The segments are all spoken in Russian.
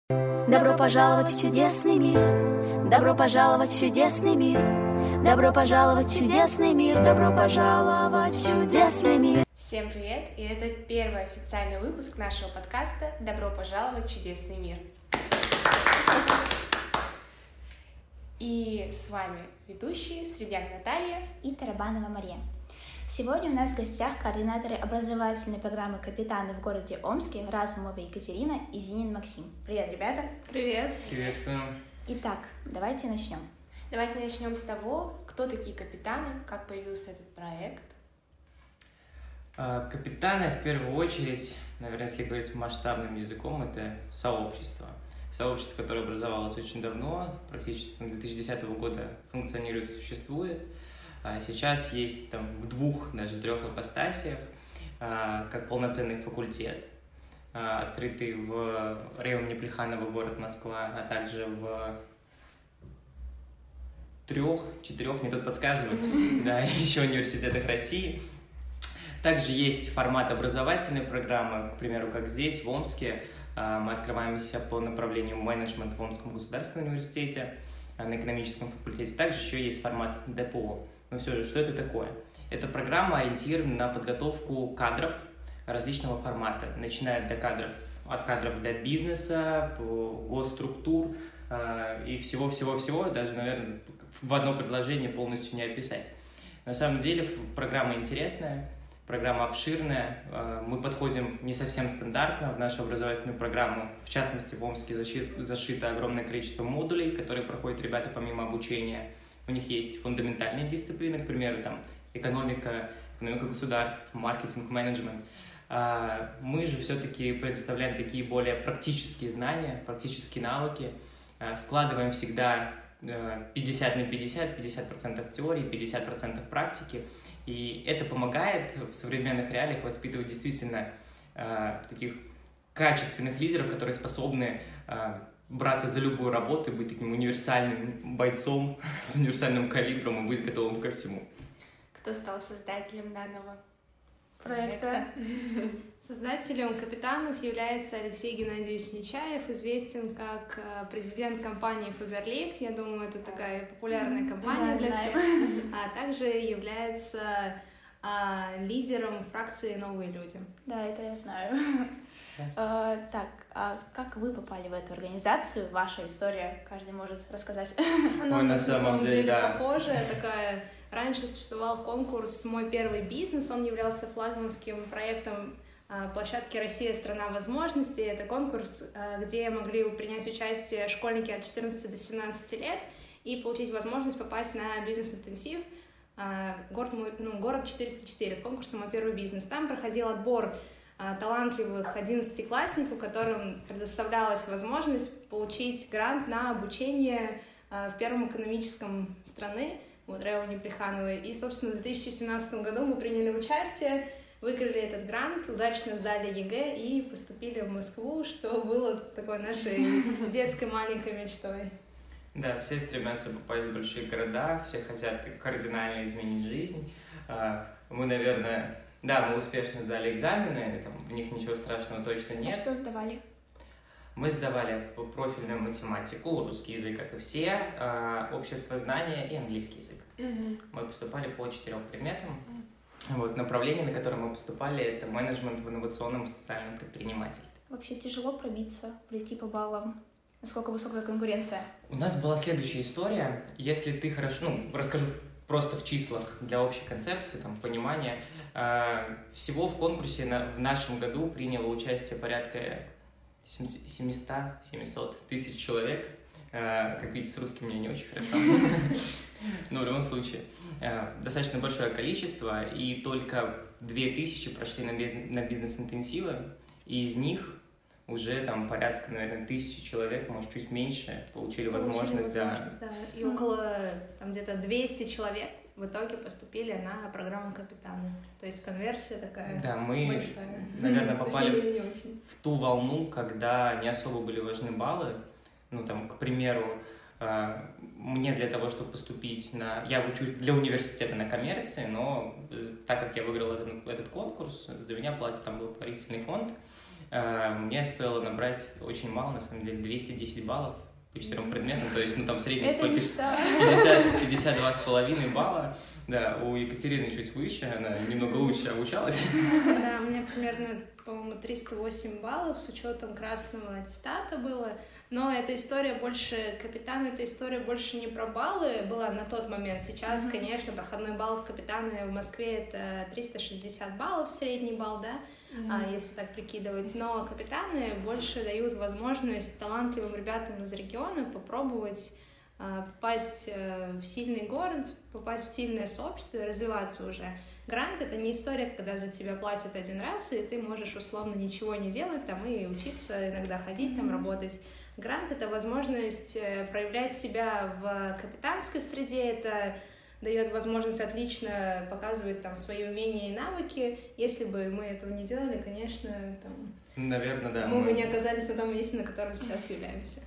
Добро пожаловать в чудесный мир. Добро пожаловать в чудесный мир. Добро пожаловать в чудесный мир. Добро пожаловать в чудесный мир. Всем привет! И это первый официальный выпуск нашего подкаста «Добро пожаловать в чудесный мир». И с вами ведущие Сребян Наталья и Тарабанова Мария. Сегодня у нас в гостях координаторы образовательной программы «Капитаны» в городе Омске Разумова Екатерина и Зинин Максим. Привет, ребята! Привет! Приветствую! Итак, давайте начнем. Давайте начнем с того, кто такие капитаны, как появился этот проект. Капитаны, в первую очередь, наверное, если говорить масштабным языком, это сообщество. Сообщество, которое образовалось очень давно, практически с 2010 года функционирует, существует. Сейчас есть там в 2, даже 3 ипостасиях, как полноценный факультет, открытый в районе Плеханово, город Москва, а также в 3-4, мне тут подсказывают, да, еще университетах России. Также есть формат образовательной программы, к примеру, как здесь, в Омске. Мы открываемся по направлению менеджмент в Омском государственном университете, на экономическом факультете. Также еще есть формат ДПО. Но все же, что это такое? Эта программа ориентирована на подготовку кадров различного формата, начиная от кадров для бизнеса, госструктур и всего-всего-всего, даже, наверное, в одно предложение полностью не описать. На самом деле программа интересная, программа обширная, мы подходим не совсем стандартно в нашу образовательную программу. В частности, в Омске зашито огромное количество модулей, которые проходят ребята помимо обучения. У них есть фундаментальные дисциплины, к примеру, там, экономика государств, маркетинг, менеджмент. Мы же все-таки предоставляем такие более практические знания, практические навыки, складываем всегда 50 на 50, 50% теории, 50% практики. И это помогает в современных реалиях воспитывать действительно таких качественных лидеров, которые способны браться за любую работу и быть таким универсальным бойцом с универсальным калибром и быть готовым ко всему. Кто стал создателем данного проекта? Создателем «Капитанов» является Алексей Геннадьевич Нечаев, известен как президент компании Faberlic. Я думаю, это такая популярная компания для всех. А также является лидером фракции «Новые люди». Да, это я знаю. Так, а как вы попали в эту организацию? Ваша история, каждый может рассказать. Она на самом деле похожая такая. Раньше существовал конкурс «Мой первый бизнес», он являлся флагманским проектом площадки «Россия. Страна возможностей». Это конкурс, где могли принять участие школьники от 14 до 17 лет и получить возможность попасть на бизнес-интенсив город 404, это конкурс «Мой первый бизнес». Там проходил отбор талантливых 11-классников, которым предоставлялась возможность получить грант на обучение в первом экономическом страны, в районе Плехановой. И, собственно, в 2017 году мы приняли участие, выиграли этот грант, удачно сдали ЕГЭ и поступили в Москву, что было такой нашей детской маленькой мечтой. Да, все стремятся попасть в большие города, все хотят кардинально изменить жизнь. Мы, наверное... Да, мы успешно сдали экзамены, там, в них ничего страшного точно нет. А что сдавали? Мы сдавали профильную математику, русский язык, как и все, обществознание и английский язык. Мы поступали по 4 предметам. Вот, направление, на которое мы поступали, это менеджмент в инновационном и социальном предпринимательстве. Вообще тяжело пробиться, прийти по баллам? Насколько высокая конкуренция? У нас была следующая история. Если ты хорошо... расскажу просто в числах для общей концепции, там, понимания. Всего в конкурсе в нашем году приняло участие порядка 700-700 тысяч человек. Как видите, с русским мне не очень хорошо. Но в любом случае, достаточно большое количество, и только 2000 прошли на бизнес-интенсивы, и из них уже там порядка, наверное, 1000 человек, может, чуть меньше, получили возможность. Да. И около там где-то 200 человек в итоге поступили на программу «Капитаны». То есть конверсия такая да, мы, большая. наверное, попали в ту волну, когда не особо были важны баллы. К примеру, мне для того, чтобы поступить на... Я учусь для университета на коммерции, но так как я выиграл этот конкурс, за меня платит там благотворительный фонд, мне стоило набрать очень мало, на самом деле, 210 баллов по 4 предметам, то есть, там средний сколько? 52,5 балла. Да, у Екатерины чуть выше, она немного лучше обучалась. Да, у меня примерно, по-моему, 308 баллов с учетом красного аттестата было. Но эта история больше, капитан, эта история больше не про баллы была на тот момент. Сейчас, конечно, проходной балл в капитаны в Москве — это 360 баллов, средний балл, да, если так прикидывать. Но капитаны больше дают возможность талантливым ребятам из региона попробовать попасть в сильный город, попасть в сильное сообщество и развиваться уже. Грант — это не история, когда за тебя платят один раз, и ты можешь условно ничего не делать там и учиться, иногда ходить там, работать. Грант — это возможность проявлять себя в капитанской среде, это дает возможность отлично показывать там свои умения и навыки. Если бы мы этого не делали, конечно, там, наверное, да, мы бы не оказались на том месте, на котором сейчас являемся.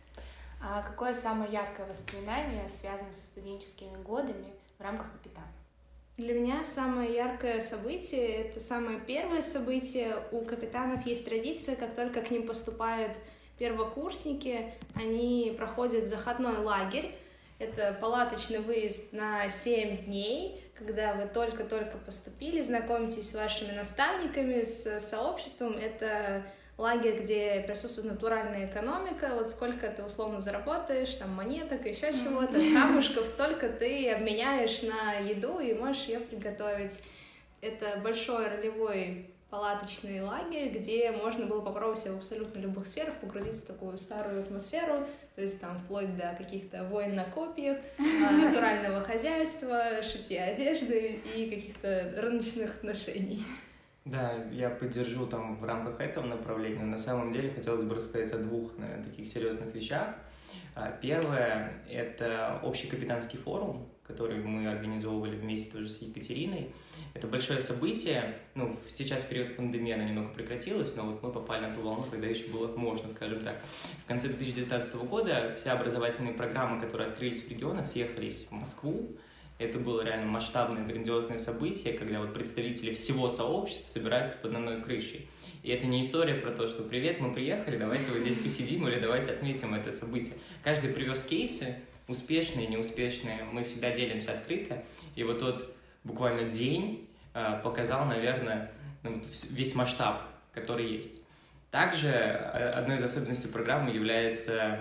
А какое самое яркое воспоминание связано со студенческими годами в рамках капитана? Для меня самое яркое событие — это самое первое событие. У капитанов есть традиция, как только к ним поступают первокурсники, они проходят заходной лагерь. Это палаточный выезд на 7 дней, когда вы только-только поступили, знакомитесь с вашими наставниками, с сообществом. Это лагерь, где присутствует натуральная экономика. Вот сколько ты условно заработаешь, там монеток, еще чего-то, камушков, столько ты обменяешь на еду и можешь ее приготовить. Это большой ролевой палаточный лагерь, где можно было попробовать себя в абсолютно любых сферах, погрузиться в такую старую атмосферу, то есть там вплоть до каких-то войн на копьях, натурального хозяйства, шитья одежды и каких-то рыночных отношений. Да, я поддержу там в рамках этого направления. На самом деле хотелось бы рассказать о двух, наверное, таких серьезных вещах. Первое — это общий капитанский форум, который мы организовывали вместе тоже с Екатериной. Это большое событие. Сейчас в период пандемии оно немного прекратилось, но вот мы попали на ту волну, когда еще было можно, скажем так. В конце 2019 года все образовательные программы, которые открылись в регионах, съехались в Москву. Это было реально масштабное, грандиозное событие, когда вот представители всего сообщества собираются под одной крышей. И это не история про то, что «Привет, мы приехали, давайте вот здесь посидим» или «Давайте отметим это событие». Каждый привез кейсы, успешные, неуспешные. Мы всегда делимся открыто. И вот тот буквально день показал, наверное, весь масштаб, который есть. Также одной из особенностей программы является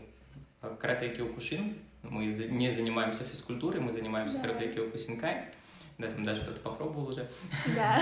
каратэ киокушин. Мы не занимаемся физкультурой, мы занимаемся каратэ киокусинкай. Да, там даже кто-то попробовал уже. Да.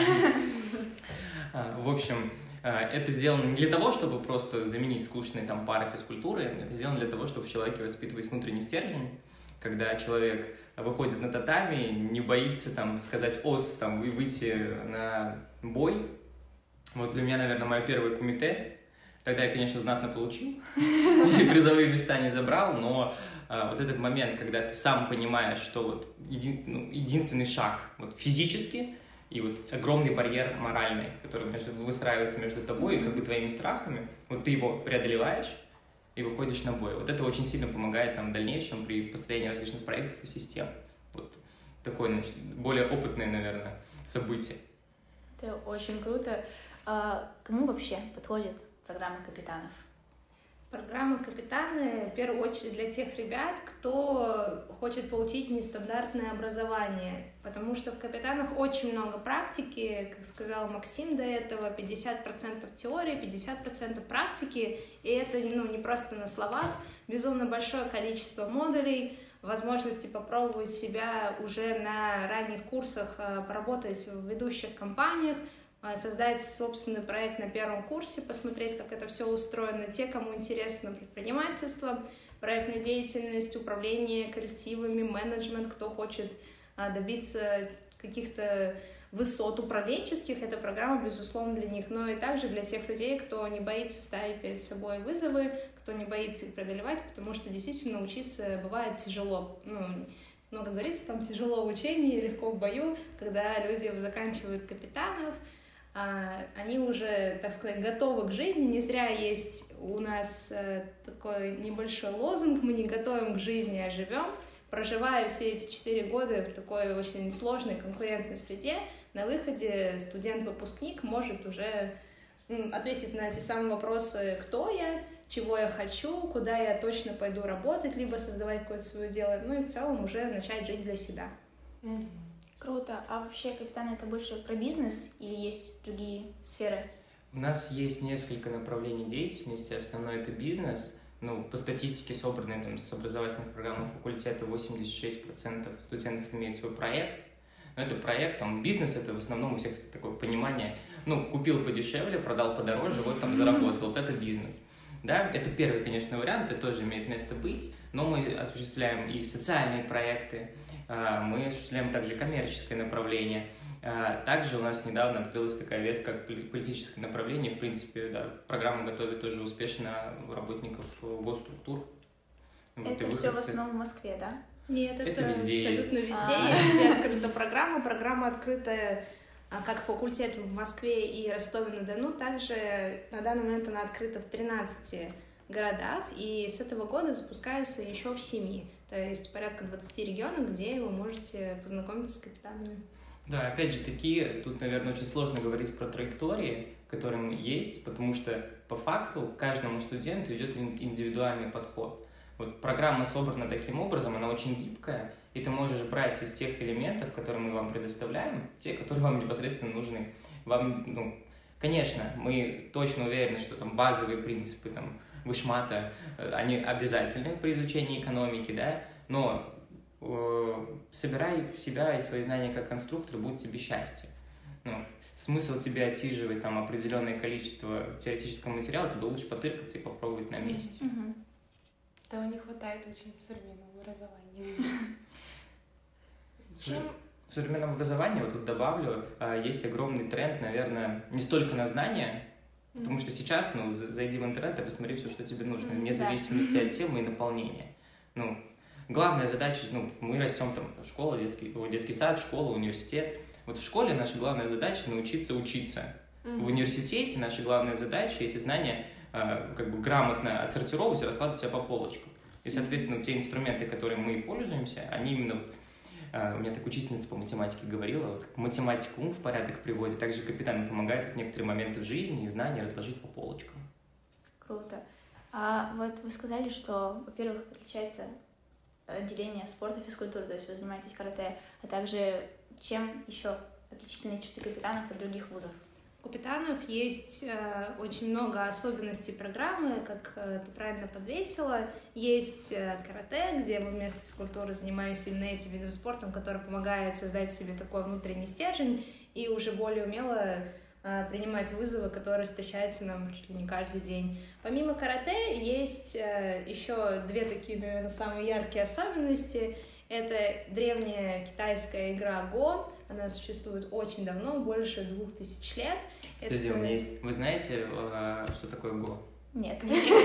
В общем, это сделано не для того, чтобы просто заменить скучные там пары физкультуры, это сделано для того, чтобы в человеке воспитывать внутренний стержень, когда человек выходит на татами, не боится там сказать «ос» там, и выйти на бой. Вот для меня, наверное, мое первое кумите. Тогда я, конечно, знатно получил и призовые места не забрал, но вот этот момент, когда ты сам понимаешь, что вот единственный шаг вот физически и вот огромный барьер моральный, который выстраивается между тобой и как бы твоими страхами, вот ты его преодолеваешь и выходишь на бой. Вот это очень сильно помогает там в дальнейшем при построении различных проектов и систем. Вот такое, значит, более опытное, наверное, событие. Это очень круто. Кому вообще подходит программа капитанов? Программа «Капитаны» в первую очередь для тех ребят, кто хочет получить нестандартное образование, потому что в «Капитанах» очень много практики, как сказал Максим до этого, 50% теории, 50% практики, и это не просто на словах, безумно большое количество модулей, возможности попробовать себя уже на ранних курсах, поработать в ведущих компаниях, создать собственный проект на первом курсе, посмотреть, как это все устроено. Те, кому интересно предпринимательство, проектная деятельность, управление коллективами, менеджмент, кто хочет добиться каких-то высот управленческих, эта программа, безусловно, для них. Но и также для тех людей, кто не боится ставить перед собой вызовы, кто не боится их преодолевать, потому что действительно учиться бывает тяжело. Много говорится, там тяжело в учении, легко в бою, когда люди заканчивают капитанов, они уже, так сказать, готовы к жизни. Не зря есть у нас такой небольшой лозунг: мы не готовим к жизни, а живем. Проживая все эти 4 года в такой очень сложной конкурентной среде, на выходе студент-выпускник может уже ответить на эти самые вопросы: кто я, чего я хочу, куда я точно пойду работать, либо создавать какое-то свое дело, ну и в целом уже начать жить для себя. Круто. А вообще, капитан, это больше про бизнес или есть другие сферы? У нас есть несколько направлений деятельности. Основное — это бизнес. По статистике, собранной с образовательных программ факультета, 86% студентов имеют свой проект. Но это проект, бизнес — это в основном у всех такое понимание: купил подешевле, продал подороже, заработал. Вот это бизнес. Да, это первый, конечно, вариант, это тоже имеет место быть, но мы осуществляем и социальные проекты, мы осуществляем также коммерческое направление. Также у нас недавно открылась такая ветка, как политическое направление. В принципе, да, программу готовят тоже успешно работников госструктур. Это все в основном в Москве, да? Нет, это везде абсолютно есть. Везде есть, где открыта программа. Программа открытая как факультет в Москве и Ростове-на-Дону. Также на данный момент она открыта в 13 городах, и с этого года запускается еще в 7. То есть порядка 20 регионов, где вы можете познакомиться с капитанами. Да, опять же таки, тут, наверное, очень сложно говорить про траектории, которые есть, потому что по факту каждому студенту идет индивидуальный подход. Программа собрана таким образом, она очень гибкая, и ты можешь брать из тех элементов, которые мы вам предоставляем, те, которые вам непосредственно нужны. Конечно, мы точно уверены, что базовые принципы вышмата, они обязательны при изучении экономики, да, но собирай себя и свои знания как конструктор, будет тебе счастье. Смысл тебе отсиживать определенное количество теоретического материала, тебе лучше потыркаться и попробовать на месте. Этого не хватает очень в современном образовании. В современном образовании, тут добавлю, есть огромный тренд, наверное, не столько на знания, потому что сейчас, зайди в интернет и посмотри все, что тебе нужно, вне зависимости от темы и наполнения. Главная задача, мы растем школа, детский сад, школа, университет. В школе наша главная задача — научиться учиться. В университете наша главная задача — эти знания грамотно отсортировать и раскладывать себя по полочкам. И, соответственно, те инструменты, которыми мы пользуемся, они именно... У меня так учительница по математике говорила, математика ум в порядок приводит, также капитан помогает в некоторые моменты в жизни и знания разложить по полочкам. Круто. А вы сказали, что, во-первых, отличается отделение спорта и физкультуры, то есть вы занимаетесь карате, а также чем еще отличительные черты капитанов от других вузов? У капитанов есть очень много особенностей программы, как ты правильно подметила. Есть карате, где мы вместо физкультуры занимаемся именно этим видом спорта, который помогает создать в себе такой внутренний стержень и уже более умело принимать вызовы, которые встречаются нам чуть ли не каждый день. Помимо карате есть еще две такие, наверное, самые яркие особенности. Это древняя китайская игра Го. Она существует очень давно, больше 2000 лет. Подожди, у меня есть... Вы знаете, что такое Го? Нет.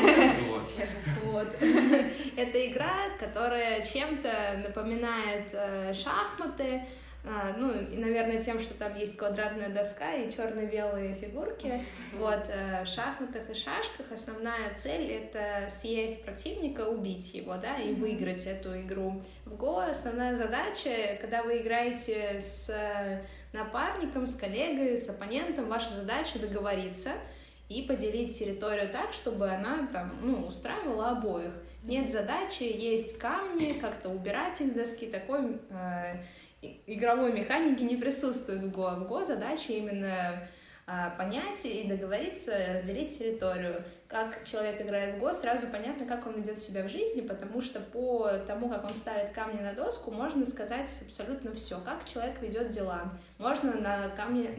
Вот. Это игра, которая чем-то напоминает шахматы, и, наверное, тем, что там есть квадратная доска и черно-белые фигурки. В шахматах и шашках основная цель — это съесть противника, убить его, да, и выиграть эту игру. В Го основная задача, когда вы играете с напарником, с коллегой, с оппонентом, ваша задача договориться и поделить территорию так, чтобы она устраивала обоих. Нет задачи есть камни, как-то убирать их с доски, такой игровой механики не присутствует в Го. В Го задача именно понять и договориться, разделить территорию. Как человек играет в Го, сразу понятно, как он ведет себя в жизни, потому что по тому, как он ставит камни на доску, можно сказать абсолютно все, как человек ведет дела. Можно на камнях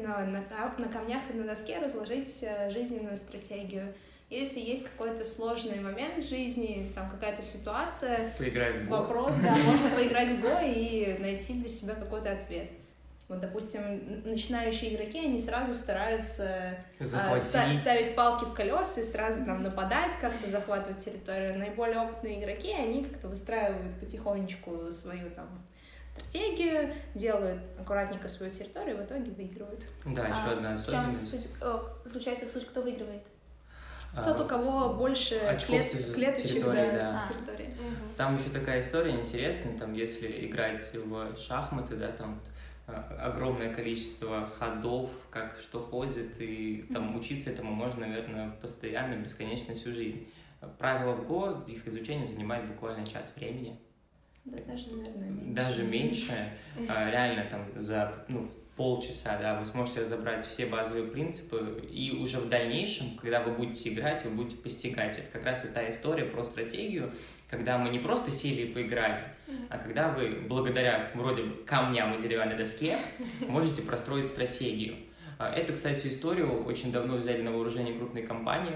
и на доске разложить жизненную стратегию. Если есть какой-то сложный момент в жизни, какая-то ситуация, вопрос, можно поиграть в Го и найти для себя какой-то ответ. Допустим, начинающие игроки, они сразу стараются ставить палки в колеса и сразу нападать, как-то захватывать территорию. Наиболее опытные игроки, они как-то выстраивают потихонечку свою стратегию, делают аккуратненько свою территорию и в итоге выигрывают. Да, еще одна особенность. Заключается в суть, кто выигрывает? Тот, у кого больше клеточек территории. Там еще такая история интересная, если играть в шахматы, огромное количество ходов, как что ходит, и там учиться этому можно, наверное, постоянно, бесконечно всю жизнь. Правила в Go, их изучение занимает буквально час времени. Да, даже, наверное, меньше. Даже меньше. Реально там за полчаса, да, вы сможете разобрать все базовые принципы, и уже в дальнейшем, когда вы будете играть, вы будете постигать. Это как раз вот та история про стратегию, когда мы не просто сели и поиграли, а когда вы благодаря вроде камням и деревянной доске можете простроить стратегию. Эту, кстати, историю очень давно взяли на вооружение крупные компании.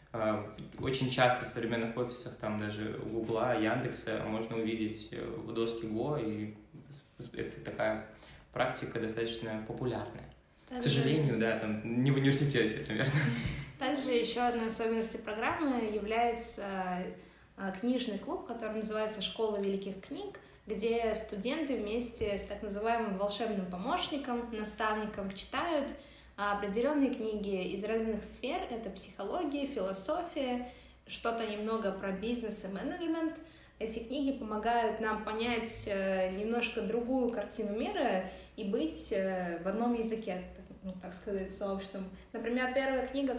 Очень часто в современных офисах, там даже у Гугла, Яндекса можно увидеть доски Go, и это такая практика достаточно популярная. Также... К сожалению, да, там не в университете, наверное. Также еще одной особенностью программы является книжный клуб, который называется «Школа великих книг», где студенты вместе с так называемым волшебным помощником, наставником читают определенные книги из разных сфер. Это психология, философия, что-то немного про бизнес и менеджмент. Эти книги помогают нам понять немножко другую картину мира и быть в одном языке, так сказать, с сообществом. Например, первая книга,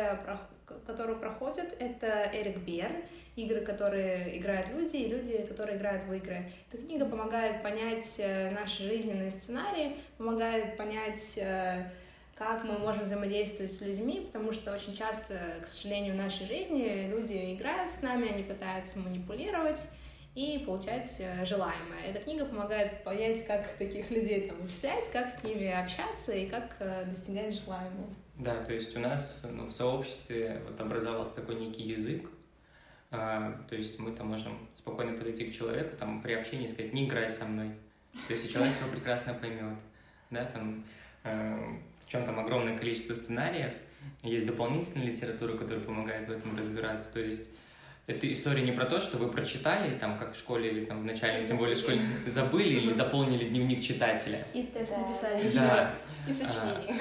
которую проходят, это Эрик Берн, «Игры, которые играют люди, и люди, которые играют в игры». Эта книга помогает понять наши жизненные сценарии, помогает понять, как мы можем взаимодействовать с людьми, потому что очень часто, к сожалению, в нашей жизни люди играют с нами, они пытаются манипулировать и получать желаемое. Эта книга помогает понять, как таких людей там вычислять, как с ними общаться и как достигать желаемого. Да, то есть у нас в сообществе вот образовался такой некий язык, то есть мы там можем спокойно подойти к человеку, там при общении сказать: не играй со мной. То есть и человек все прекрасно поймет. Да, там, причем там огромное количество сценариев, есть дополнительная литература, которая помогает в этом разбираться. То есть это история не про то, что вы прочитали, там, как в школе или там в начальной, тем более в школе, забыли или заполнили дневник читателя. И тест написали еще. Да. И сочинение.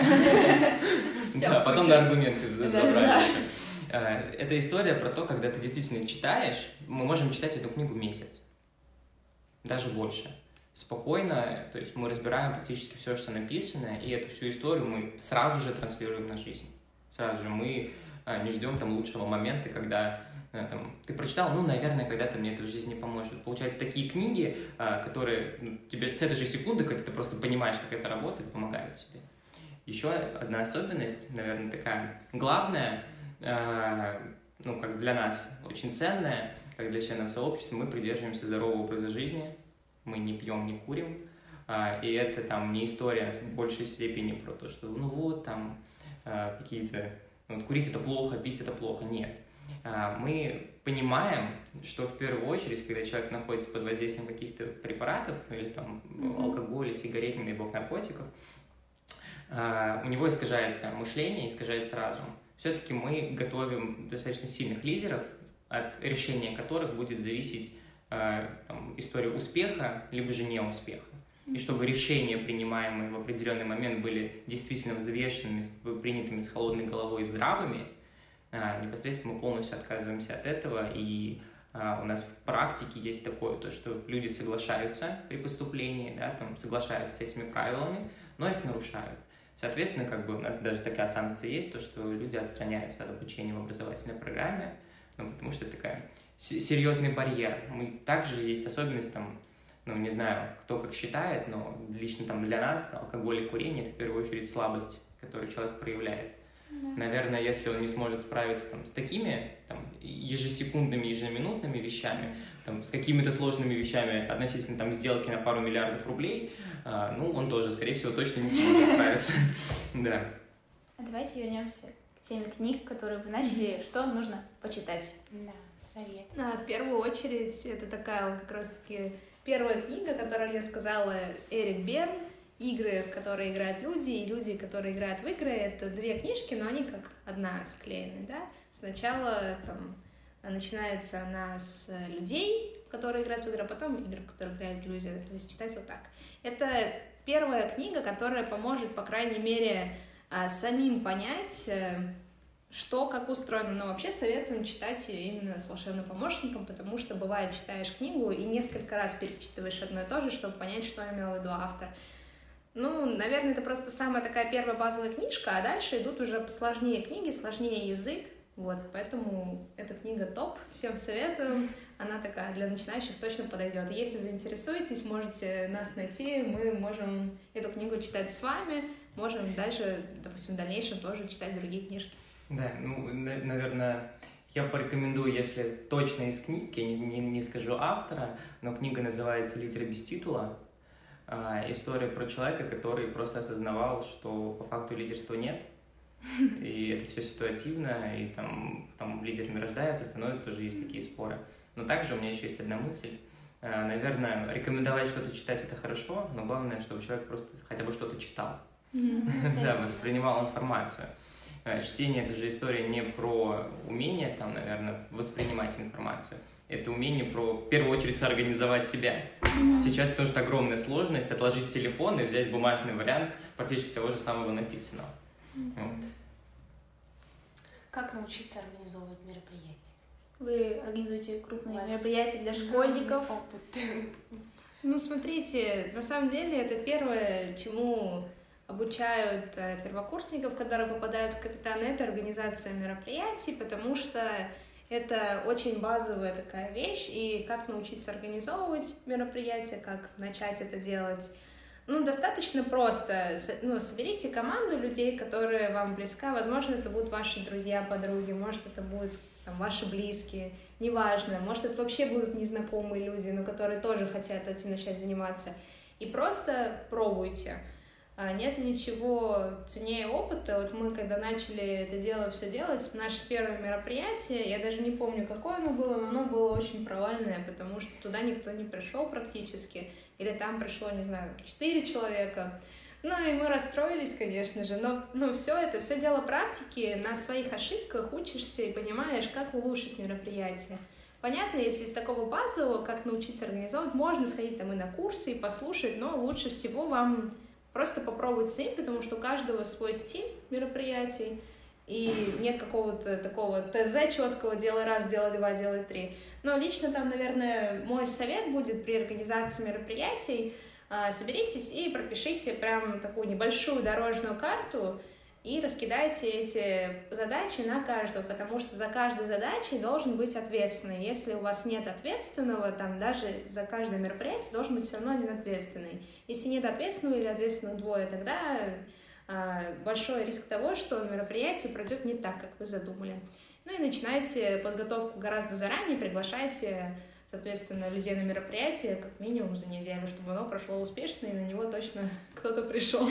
Да, потом на аргументы забрали еще. Это история про то, когда ты действительно читаешь, мы можем читать эту книгу месяц, даже больше. Спокойно, то есть мы разбираем практически все, что написано, и эту всю историю мы сразу же транслируем на жизнь. Сразу же мы не ждем там лучшего момента, когда там, ты прочитал, наверное, когда-то мне это в жизни поможет. Получается, такие книги, которые тебе с этой же секунды, когда ты просто понимаешь, как это работает, помогают тебе. Еще одна особенность, наверное, такая главная, как для нас очень ценная, как для членов сообщества, мы придерживаемся здорового образа жизни, мы не пьем, не курим, и это там не история в большей степени про то, что какие-то, курить это плохо, пить это плохо, нет. Мы понимаем, что в первую очередь, когда человек находится под воздействием каких-то препаратов или там алкоголя, сигарет, не дай бог, наркотиков, у него искажается мышление, искажается разум. Все-таки мы готовим достаточно сильных лидеров, от решения которых будет зависеть история успеха, либо же неуспеха. И чтобы решения, принимаемые в определенный момент, были действительно взвешенными, принятыми с холодной головой и здравыми, непосредственно мы полностью отказываемся от этого, и у нас в практике есть такое, то, что люди соглашаются при поступлении, да, там, соглашаются с этими правилами, но их нарушают. Соответственно, у нас даже такая санкция есть, то, что люди отстраняются от обучения в образовательной программе, потому что это такой серьезный барьер. Также есть особенность, не знаю, кто как считает, но лично для нас алкоголь и курение – это в первую очередь слабость, которую человек проявляет. Наверное, если он не сможет справиться с такими ежесекундными, ежеминутными вещами, с какими-то сложными вещами относительно сделки на пару миллиардов рублей, он тоже, скорее всего, точно не сможет справиться. Да. А давайте вернемся к теме книг, которые вы начали. Что нужно почитать? Да, совет. В первую очередь, это такая как раз-таки первая книга, которую я сказала, Эрик Берн. «Игры, в которые играют люди, и люди, которые играют в игры». Это две книжки, но они как одна склеены, да. Сначала начинается она с людей, которые играют в игры, а потом игры, в которые играют люди. То есть читать вот так. Это первая книга, которая поможет, по крайней мере, самим понять, что, как устроено. Но вообще советуем читать ее именно с волшебным помощником, потому что бывает, читаешь книгу и несколько раз перечитываешь одно и то же, чтобы понять, что имел в виду автор. Ну, наверное, это просто самая такая первая базовая книжка, а дальше идут уже посложнее книги, сложнее язык. Вот, поэтому эта книга топ, всем советую. Она такая для начинающих точно подойдет. Если заинтересуетесь, можете нас найти, мы можем эту книгу читать с вами, можем дальше, допустим, в дальнейшем тоже читать другие книжки. Да, ну, наверное, я порекомендую, если точно из книг, я не скажу автора, но книга называется «Лидер без титула». История про человека, который просто осознавал, что по факту лидерства нет, и это все ситуативно, и там лидерами рождаются, становятся, тоже есть такие споры. Но также у меня еще есть одна мысль. Наверное, рекомендовать что-то читать — это хорошо, но главное, чтобы человек просто хотя бы что-то читал, да, воспринимал информацию. Чтение — это же история не про умение, там, наверное, воспринимать информацию. Это умение в первую очередь, соорганизовать себя. Сейчас, потому что огромная сложность, отложить телефон и взять бумажный вариант практически того же самого написанного. Вот. Как научиться организовывать мероприятия? Вы организуете крупные мероприятия для школьников? Ну, смотрите, на самом деле это первое, чему обучают первокурсников, которые попадают в капитаны, это организация мероприятий, потому что это очень базовая такая вещь, и как научиться организовывать мероприятия, как начать это делать. Ну, достаточно просто. Соберите команду людей, которые вам близка. Возможно, это будут ваши друзья, подруги, может, это будут ваши близкие, неважно. Может, это вообще будут незнакомые люди, но которые тоже хотят этим начать заниматься. И просто пробуйте. Нет ничего ценнее опыта. Вот мы, когда начали это дело все делать, наше первое мероприятие, я даже не помню, какое оно было, но оно было очень провальное, потому что туда никто не пришел практически. Или там пришло, не знаю, 4 человека. Ну и мы расстроились, конечно же, но все это, все дело практики, на своих ошибках учишься и понимаешь, как улучшить мероприятие. Понятно, если из такого базового, как научиться организовать, можно сходить там и на курсы, и послушать, но лучше всего вам просто попробовать самим, потому что у каждого свой стиль мероприятий, и нет какого-то такого ТЗ четкого, делай раз, делай два, делай три. Но лично там, наверное, мой совет будет при организации мероприятий: соберитесь и пропишите прям такую небольшую дорожную карту и раскидайте эти задачи на каждого, потому что за каждой задачей должен быть ответственный. Если у вас нет ответственного, там даже за каждое мероприятие должен быть все равно один ответственный. Если нет ответственного или ответственных двое, тогда большой риск того, что мероприятие пройдет не так, как вы задумали. Ну и начинайте подготовку гораздо заранее, приглашайте, соответственно, людей на мероприятие как минимум за неделю, чтобы оно прошло успешно и на него точно кто-то пришел.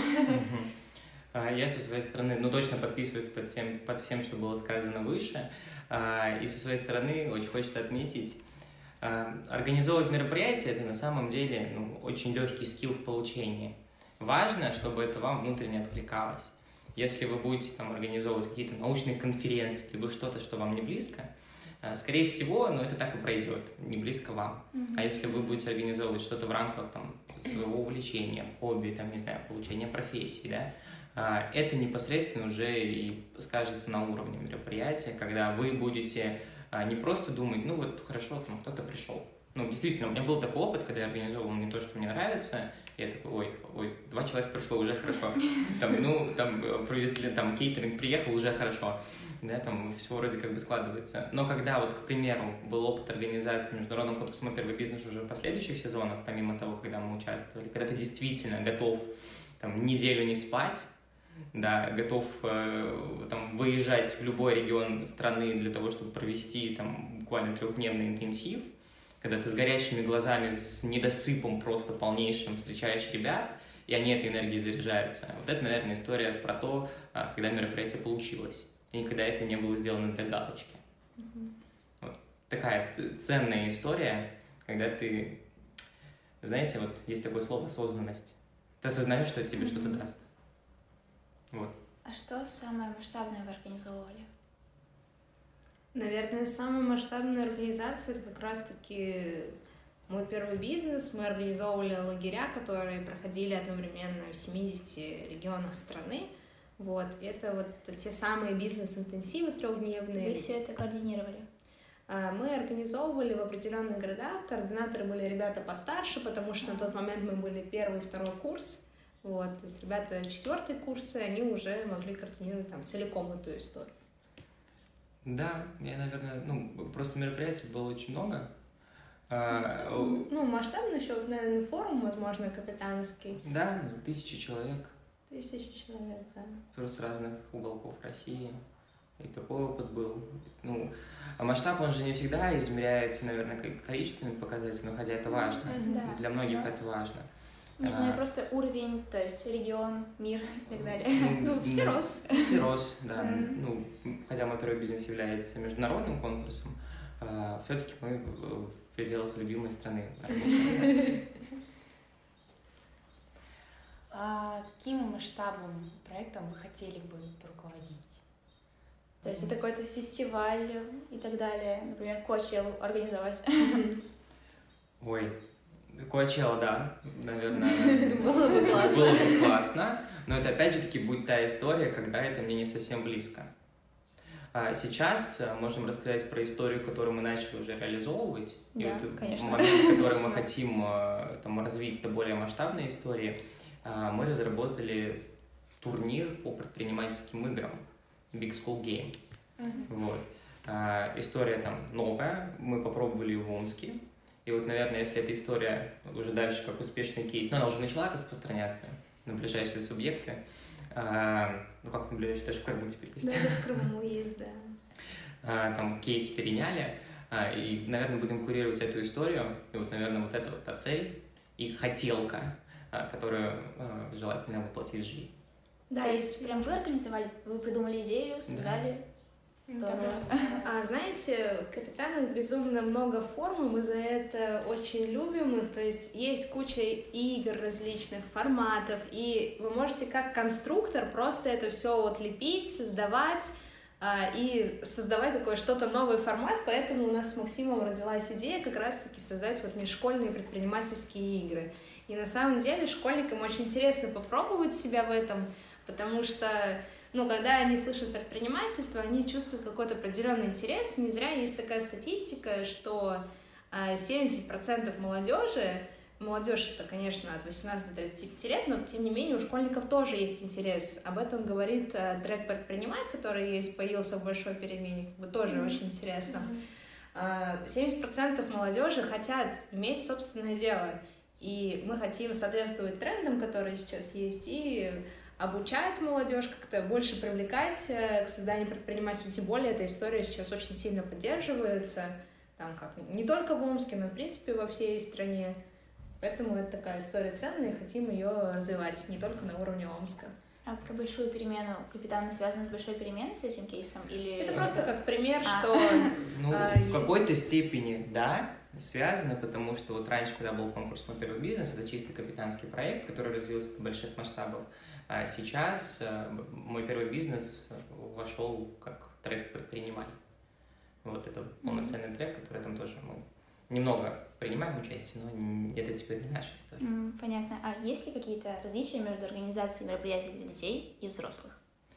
Я со своей стороны, точно подписываюсь под всем, что было сказано выше. И со своей стороны очень хочется отметить, организовывать мероприятие — это на самом деле очень легкий скилл в получении. Важно, чтобы это вам внутренне откликалось. Если вы будете организовывать какие-то научные конференции, либо что-то, что вам не близко, скорее всего, это так и пройдет, не близко вам. А если вы будете организовывать что-то в рамках своего увлечения, хобби, получения профессии, да, это непосредственно уже и скажется на уровне мероприятия, когда вы будете не просто думать, хорошо, кто-то пришел. Действительно, у меня был такой опыт, когда я организовывал не то, что мне нравится, я такой, 2 человека пришло, уже хорошо. Провезли, кейтеринг приехал, уже хорошо. Да, все вроде как бы складывается. Но когда, к примеру, был опыт организации международного конкурса «Мой первый бизнес» уже последующих сезонов, помимо того, когда мы участвовали, когда ты действительно готов неделю не спать, да, готов выезжать в любой регион страны для того, чтобы провести буквально 3-дневный интенсив, когда ты с горящими глазами, с недосыпом просто полнейшим встречаешь ребят, и они этой энергией заряжаются. Вот это, наверное, история про то, когда мероприятие получилось, и когда это не было сделано для галочки. Вот. Такая ценная история, когда ты, знаете, есть такое слово «осознанность». Ты осознаешь, что это тебе что-то даст. Вот. А что самое масштабное вы организовывали? Наверное, самая масштабная организация — это как раз-таки мой первый бизнес. Мы организовывали лагеря, которые проходили одновременно в 70 регионах страны. Вот. Это те самые бизнес-интенсивы 3-дневные. Вы все это координировали? Мы организовывали в определенных городах. Координаторы были ребята постарше, потому что на тот момент мы были 1-й и 2-й курс. Вот, то есть ребята 4-й курсы, они уже могли координировать там целиком эту историю. Да, я, наверное, просто мероприятий было очень много. Масштабный еще, наверное, форум, возможно, капитанский. Да, 1000 человек. 1000 человек, да. С разных уголков России. И такой опыт был. А масштаб, он же не всегда измеряется, наверное, количественными показателями, хотя это важно. Для многих это важно. Нет, просто уровень, то есть регион, мир и так далее. Всерос. Всерос, да. Хотя мой первый бизнес является международным конкурсом, все-таки мы в пределах любимой страны. Каким масштабным проектом вы хотели бы руководить? То есть это какой-то фестиваль и так далее, например, Coachella организовать. Ой, Coachella, да, наверное, было бы классно. Было бы классно, но это опять же таки будет та история, когда это мне не совсем близко. Сейчас можем рассказать про историю, которую мы начали уже реализовывать. Да, и вот конечно. момент, который мы хотим развить до более масштабной истории. Мы разработали турнир по предпринимательским играм Big School Game. Вот. История там новая, мы попробовали ее в Омске. И вот, наверное, если эта история уже дальше как успешный кейс, но она уже начала распространяться на ближайшие субъекты. Как на ближайшие, даже в Крыму теперь есть. Даже в Крыму есть, да. Там кейс переняли, и, наверное, будем курировать эту историю. И вот, наверное, вот это вот та цель и хотелка, которую желательно воплотить в жизнь. Да, то есть прям вы организовали, вы придумали идею, создали. Да. Здорово. Знаете, в «Капитанах» безумно много форм, и мы за это очень любим их, то есть есть куча игр различных, форматов, и вы можете как конструктор просто это все вот лепить, создавать, и создавать такой что-то новый формат, поэтому у нас с Максимом родилась идея как раз-таки создать вот межшкольные предпринимательские игры. И на самом деле школьникам очень интересно попробовать себя в этом, потому что когда они слышат предпринимательство, они чувствуют какой-то определенный интерес. Не зря есть такая статистика, что 70% молодежь это, конечно, от 18 до 35 лет, но тем не менее у школьников тоже есть интерес. Об этом говорит трек «Предпринимай», который появился в большой перемене, тоже очень интересно. 70% молодежи хотят иметь собственное дело, и мы хотим соответствовать трендам, которые сейчас есть, и обучать молодежь, как-то больше привлекать к созданию предпринимательства. Тем более эта история сейчас очень сильно поддерживается, не только в Омске, но в принципе во всей стране. Поэтому это такая история ценная, и хотим ее развивать не только на уровне Омска. А про большую перемену «Капитаны» связаны с большой переменой, с этим кейсом? Или это просто как пример, что... в какой-то степени, да, связаны, потому что вот раньше, когда был конкурс «Мой первый бизнес», это чисто капитанский проект, который развился до больших масштабов. А сейчас «Мой первый бизнес» вошел как трек «Предпринимай». Вот это полноценный трек, который там тоже мы немного принимаем участие, но это теперь не наша история. Понятно. А есть ли какие-то различия между организацией мероприятий для детей и взрослых?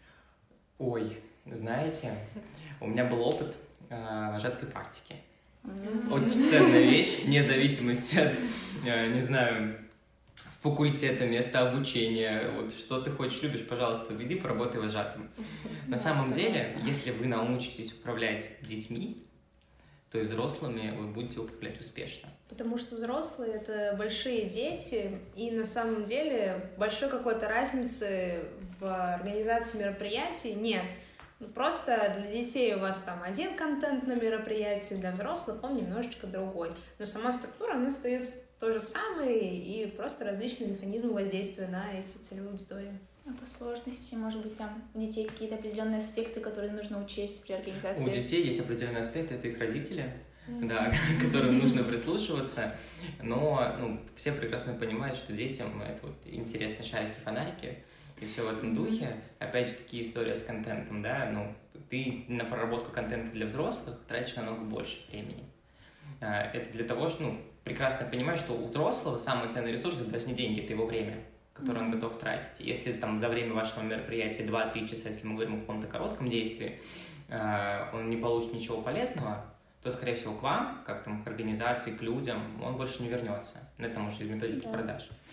Ой, знаете, у меня был опыт вожатской практики. Очень ценная вещь, вне зависимости от, не знаю, факультета, места обучения. Вот что ты хочешь, любишь, пожалуйста, иди поработай вожатым. На самом деле, если вы научитесь управлять детьми, то и взрослыми вы будете управлять успешно. Потому что взрослые — это большие дети, и на самом деле большой какой-то разницы в организации мероприятий нет. Просто для детей у вас там один контент на мероприятии, для взрослых он немножечко другой. Но сама структура, она остается то же самое, и просто различные механизмы воздействия на эти целевые аудитории. А по сложности, может быть, там у детей какие-то определенные аспекты, которые нужно учесть при организации? У детей есть определенные аспекты, это их родители, да, к которым нужно прислушиваться, но все прекрасно понимают, что детям это вот интересно шарики-фонарики, и все в этом духе. Опять же, такие истории с контентом, да, ты на проработку контента для взрослых тратишь намного больше времени. Это для того, что, прекрасно понимаешь, что у взрослого самый ценный ресурс — это даже не деньги, это его время, которое он готов тратить. Если там за время вашего мероприятия 2-3 часа, если мы говорим о каком-то коротком действии, он не получит ничего полезного, то, скорее всего, к вам, как там, к организации, к людям, он больше не вернется. Это уже из методики продаж.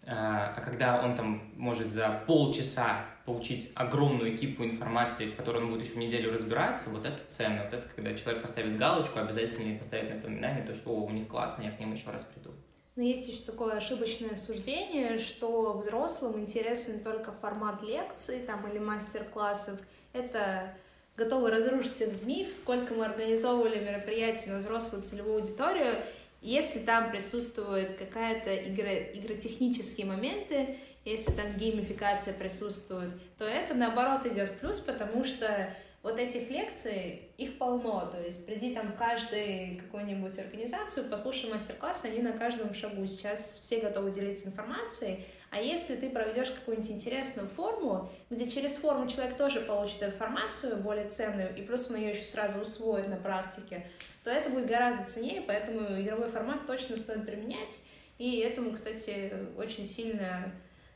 А когда он там может за полчаса получить огромную кипу информации, в которой он будет еще неделю разбираться, вот это ценно. Вот это когда человек поставит галочку, обязательно поставит напоминание, то, что у них классно, я к ним еще раз приду. Но есть еще такое ошибочное суждение, что взрослым интересен только формат лекций там, или мастер-классов. Это готово разрушить этот миф, сколько мы организовывали мероприятий на взрослую целевую аудиторию. Если там присутствует какая-то игротехнические моменты, если там геймификация присутствует, то это, наоборот, идет в плюс, потому что вот этих лекций, их полно, то есть приди там в каждую какую-нибудь организацию, послушай мастер-класс, они на каждом шагу. Сейчас все готовы делиться информацией, а если ты проведешь какую-нибудь интересную форму, где через форму человек тоже получит информацию более ценную, и плюс он ее еще сразу усвоит на практике, то это будет гораздо ценнее, поэтому игровой формат точно стоит применять, и этому, кстати, очень сильно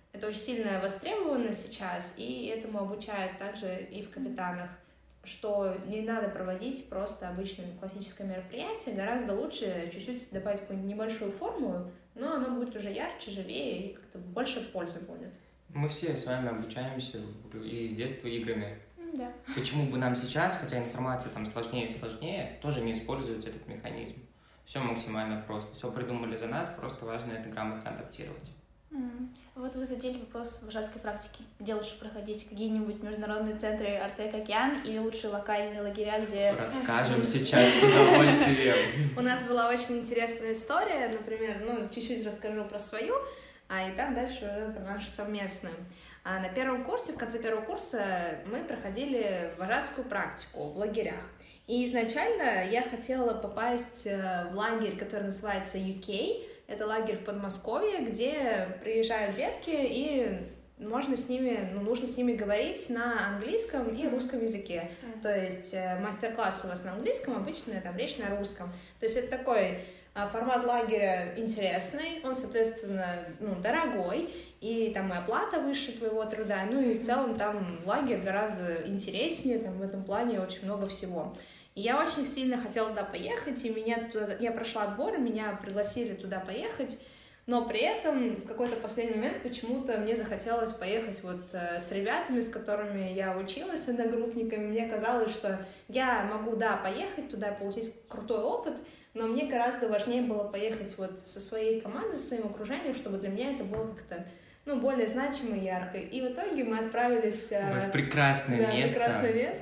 востребовано сейчас, и этому обучают также и в капитанах, что не надо проводить просто обычное классическое мероприятие, гораздо лучше чуть-чуть добавить какую-нибудь небольшую форму, но оно будет уже ярче, живее и как-то больше пользы будет. Мы все с вами обучаемся и с детства играми. Да. Почему бы нам сейчас, хотя информация там сложнее и сложнее, тоже не использовать этот механизм? Все максимально просто. Все придумали за нас, просто важно это грамотно адаптировать. Вот вы задели вопрос вожатской практики. Где лучше проходить? Какие-нибудь международные центры Артек Океан или лучше локальные лагеря, где... Расскажем сейчас с удовольствием. У нас была очень интересная история, например, чуть-чуть расскажу про свою, и там дальше уже про нашу совместную. На первом курсе, в конце первого курса мы проходили вожатскую практику в лагерях. И изначально я хотела попасть в лагерь, который называется UK. Это лагерь в Подмосковье, где приезжают детки, и нужно с ними говорить на английском и русском языке. То есть мастер-класс у вас на английском, обычная там речь на русском. То есть это такой формат лагеря интересный, он, соответственно, дорогой, и там и оплата выше твоего труда, и в целом там лагерь гораздо интереснее, там в этом плане очень много всего. И я очень сильно хотела туда поехать, и я прошла отбор, и меня пригласили туда поехать, но при этом в какой-то последний момент почему-то мне захотелось поехать с ребятами, с которыми я училась, одногруппниками. Мне казалось, что я могу, поехать туда, получить крутой опыт, но мне гораздо важнее было поехать со своей командой, со своим окружением, чтобы для меня это было как-то более значимо и ярко. И в итоге мы отправились в прекрасное место.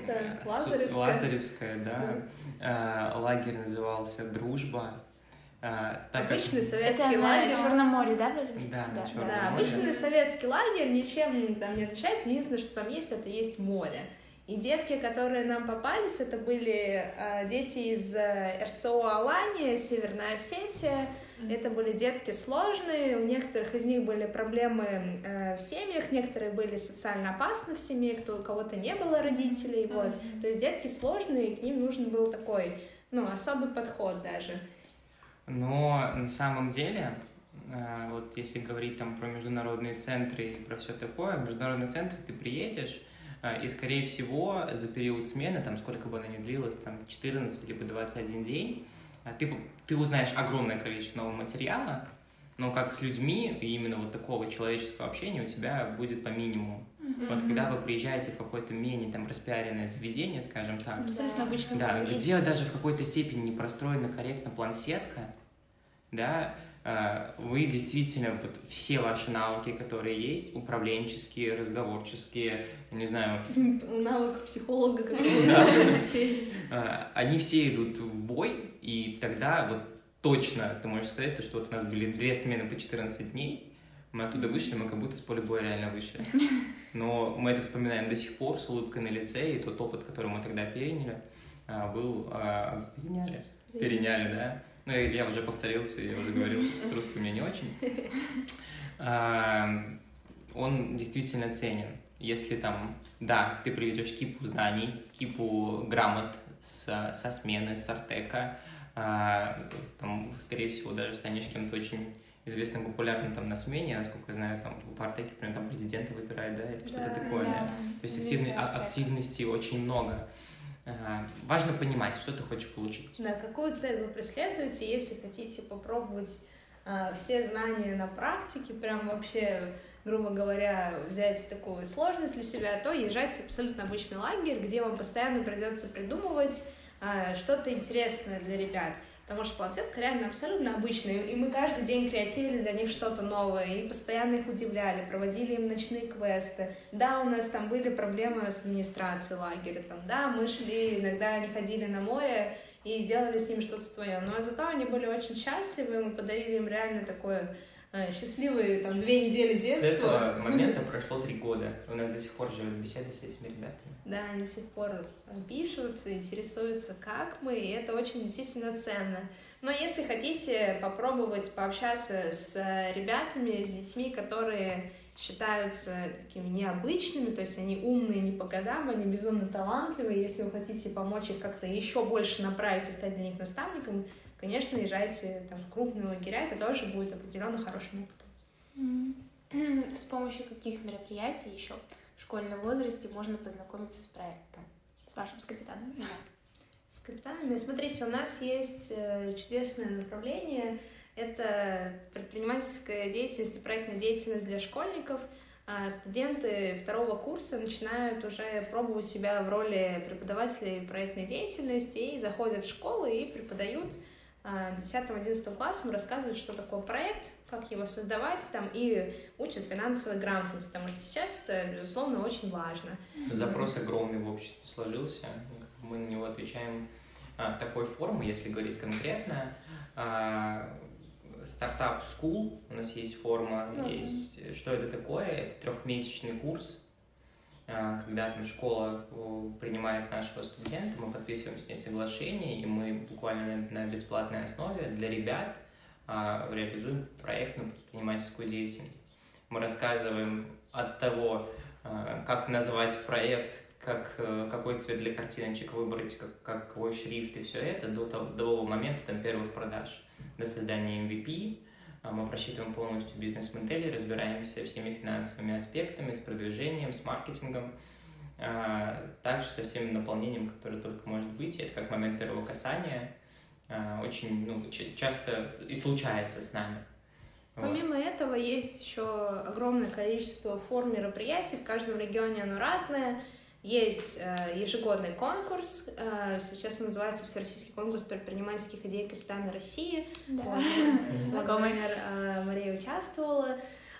Лазаревское, да. Лагерь назывался «Дружба». Обычный советский лагерь. На Черном море, да, вроде? Да, на Черном море. Обычный советский лагерь, ничем там не отличается. Единственное, что там есть, это есть море. И детки, которые нам попались, это были дети из РСО Алания, Северная Осетия. Это были детки сложные, у некоторых из них были проблемы в семьях, некоторые были социально опасны в семьях, у кого-то не было родителей, То есть детки сложные, и к ним нужен был такой, особый подход даже. Но на самом деле, если говорить там про международные центры и про все такое, в международный центр ты приедешь, и, скорее всего, за период смены, там, сколько бы она ни длилась, там, 14 либо 21 день, ты узнаешь огромное количество нового материала, но как с людьми, и именно такого человеческого общения у тебя будет по минимуму. Когда вы приезжаете в какое-то менее распиаренное заведение, скажем так, абсолютно обычно, где даже в какой-то степени не простроена корректно плансетка, вы действительно все ваши навыки, которые есть, управленческие, разговорческие, не знаю... Навык психолога, как у детей. Они все идут в бой, и тогда точно ты можешь сказать, что у нас были 2 смены по 14 дней, мы оттуда вышли, мы как будто с поля боя реально вышли. Но мы это вспоминаем до сих пор с улыбкой на лице, и тот опыт, который мы тогда переняли, был... Переняли, да? Я уже повторился, я уже говорил, что с русским я не очень. Он действительно ценен. Если ты приведешь кипу знаний, кипу грамот со смены, с Артека, скорее всего, даже станешь кем-то очень известным, популярным на смене, насколько я знаю, в Артеке, например, президента выбирают, или что-то такое. Да. То есть активности очень много. Важно понимать, что ты хочешь получить. Да, какую цель вы преследуете, если хотите попробовать все знания на практике, прям вообще, грубо говоря, взять такую сложность для себя, то езжайте в абсолютно обычный лагерь, где вам постоянно придется придумывать что-то интересное для ребят. Потому что планцетка реально абсолютно обычная, и мы каждый день креативили для них что-то новое, и постоянно их удивляли, проводили им ночные квесты. Да, у нас там были проблемы с администрацией лагеря, там, да, мы шли, иногда они ходили на море и делали с ними что-то свое, но зато они были очень счастливы, мы подарили им реально такое счастливые, там, 2 недели детства. С этого момента прошло 3 года. У нас до сих пор живет беседа с этими ребятами. Да, они до сих пор пишут, интересуются, как мы, и это очень действительно ценно. Но если хотите попробовать пообщаться с ребятами, с детьми, которые считаются такими необычными, то есть они умные не по годам, они безумно талантливые, если вы хотите помочь их как-то еще больше направить и стать для них наставником, конечно, езжайте там в крупные лагеря, это тоже будет определенно хорошим опытом. С помощью каких мероприятий еще в школьном возрасте можно познакомиться с проектом? С вашим, с капитаном? Да. С капитанами? Смотрите, у нас есть чудесное направление. Это предпринимательская деятельность и проектная деятельность для школьников. Студенты 2-го курса начинают уже пробовать себя в роли преподавателей проектной деятельности и заходят в школы и преподают 10-11 классам, рассказывают, что такое проект, как его создавать, там, и учат финансовой грамотности, потому что сейчас это, безусловно, очень важно. Запрос огромный в обществе сложился, мы на него отвечаем такой формы, если говорить конкретно. Стартап School, у нас есть форма, есть, что это такое, это 3-месячный курс, когда там школа принимает нашего студента, мы подписываем с ней соглашение, и мы буквально на бесплатной основе для ребят реализуем проектную предпринимательскую деятельность. Мы рассказываем от того, как назвать проект, какой цвет для картиночек выбрать, какой шрифт и все это, до того момента там, первых продаж, до создания MVP. Мы просчитываем полностью бизнес-модели, разбираемся со всеми финансовыми аспектами, с продвижением, с маркетингом, также со всем наполнением, которое только может быть. Это как момент первого касания очень часто и случается с нами. Помимо этого есть еще огромное количество форм мероприятий, в каждом регионе оно разное. Есть ежегодный конкурс, сейчас он называется Всероссийский конкурс предпринимательских идей Капитана России. Да. Например, Мария участвовала.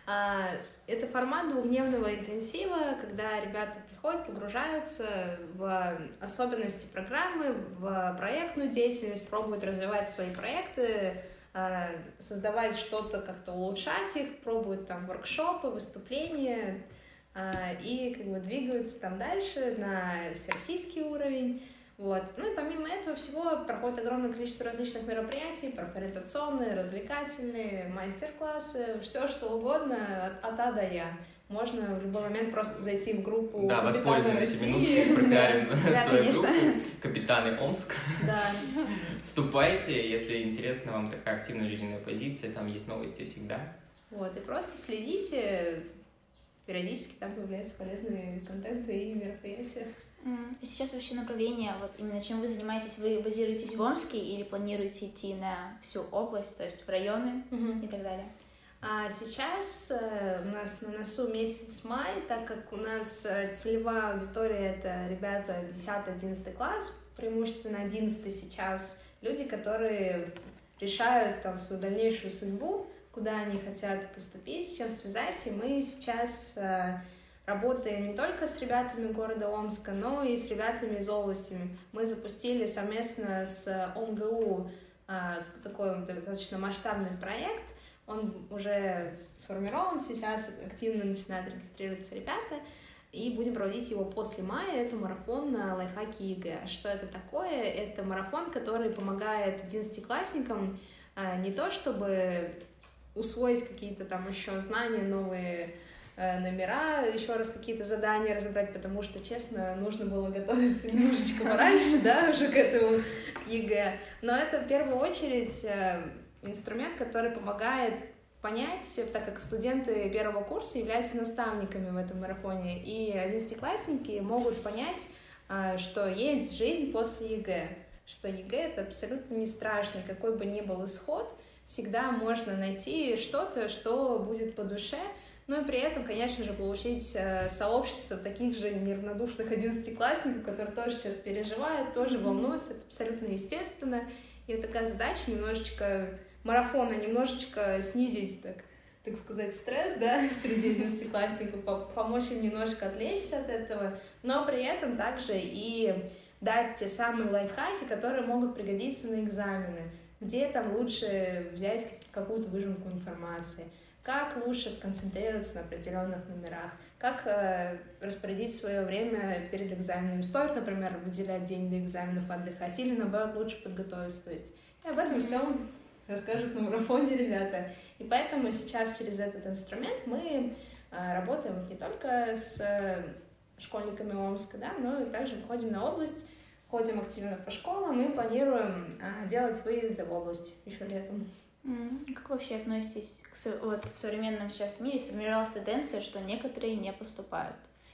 Это формат 2-дневного интенсива, когда ребята приходят, погружаются в особенности программы, в проектную деятельность, пробуют развивать свои проекты, создавать что-то, как-то улучшать их, пробуют там воркшопы, выступления, и как бы двигаются там дальше на всероссийский уровень. Вот. Ну и помимо этого всего проходит огромное количество различных мероприятий, профориентационные, развлекательные, мастер-классы, все что угодно от А до Я. Можно в любой момент просто зайти в группу Капитана России. Пропиарим свою группу Капитаны Омск. Да. Вступайте, если интересна вам такая активная жизненная позиция, там есть новости всегда. Вот, и просто следите, периодически там появляются полезные контенты и мероприятия. Сейчас вообще направление, вот именно чем вы занимаетесь, вы базируетесь в Омске или планируете идти на всю область, то есть в районы и так далее? Сейчас у нас на носу месяц май, так как у нас целевая аудитория — это ребята 10-11 класс, преимущественно 11 сейчас, люди, которые решают там свою дальнейшую судьбу, куда они хотят поступить, с чем связать, и мы сейчас работаем не только с ребятами города Омска, но и с ребятами из области. Мы запустили совместно с ОМГУ такой достаточно масштабный проект. Он уже сформирован сейчас, активно начинают регистрироваться ребята, и будем проводить его после мая. Это марафон на лайфхаки ЕГЭ. Что это такое? Это марафон, который помогает 11-классникам не то чтобы усвоить какие-то там еще знания, новые номера, еще раз какие-то задания разобрать, потому что, честно, нужно было готовиться немножечко пораньше, да, уже к этому, к ЕГЭ. Но это в первую очередь инструмент, который помогает понять, так как студенты первого курса являются наставниками в этом марафоне, и 11-классники могут понять, что есть жизнь после ЕГЭ, что ЕГЭ — это абсолютно не страшно, какой бы ни был исход, всегда можно найти что-то, что будет по душе, ну и при этом, конечно же, получить сообщество таких же неравнодушных 11-классников, которые тоже сейчас переживают, тоже волнуются, это абсолютно естественно. И вот такая задача немножечко марафона, немножечко снизить, так сказать, стресс, да, среди 11-классников, помочь им немножко отвлечься от этого, но при этом также и дать те самые лайфхаки, которые могут пригодиться на экзамены, где там лучше взять какую-то выжимку информации, как лучше сконцентрироваться на определенных номерах, как распорядить свое время перед экзаменом. Стоит, например, выделять день до экзаменов, отдыхать, или, наоборот, лучше подготовиться. То есть и об этом всем расскажут на марафоне ребята. И поэтому сейчас через этот инструмент мы работаем не только с школьниками Омска, да, но и также выходим на область, ходим активно по школам и планируем делать выезды в область еще летом. Как вы вообще относитесь вот в современном сейчас мире сформировалась тенденция, что некоторые не поступают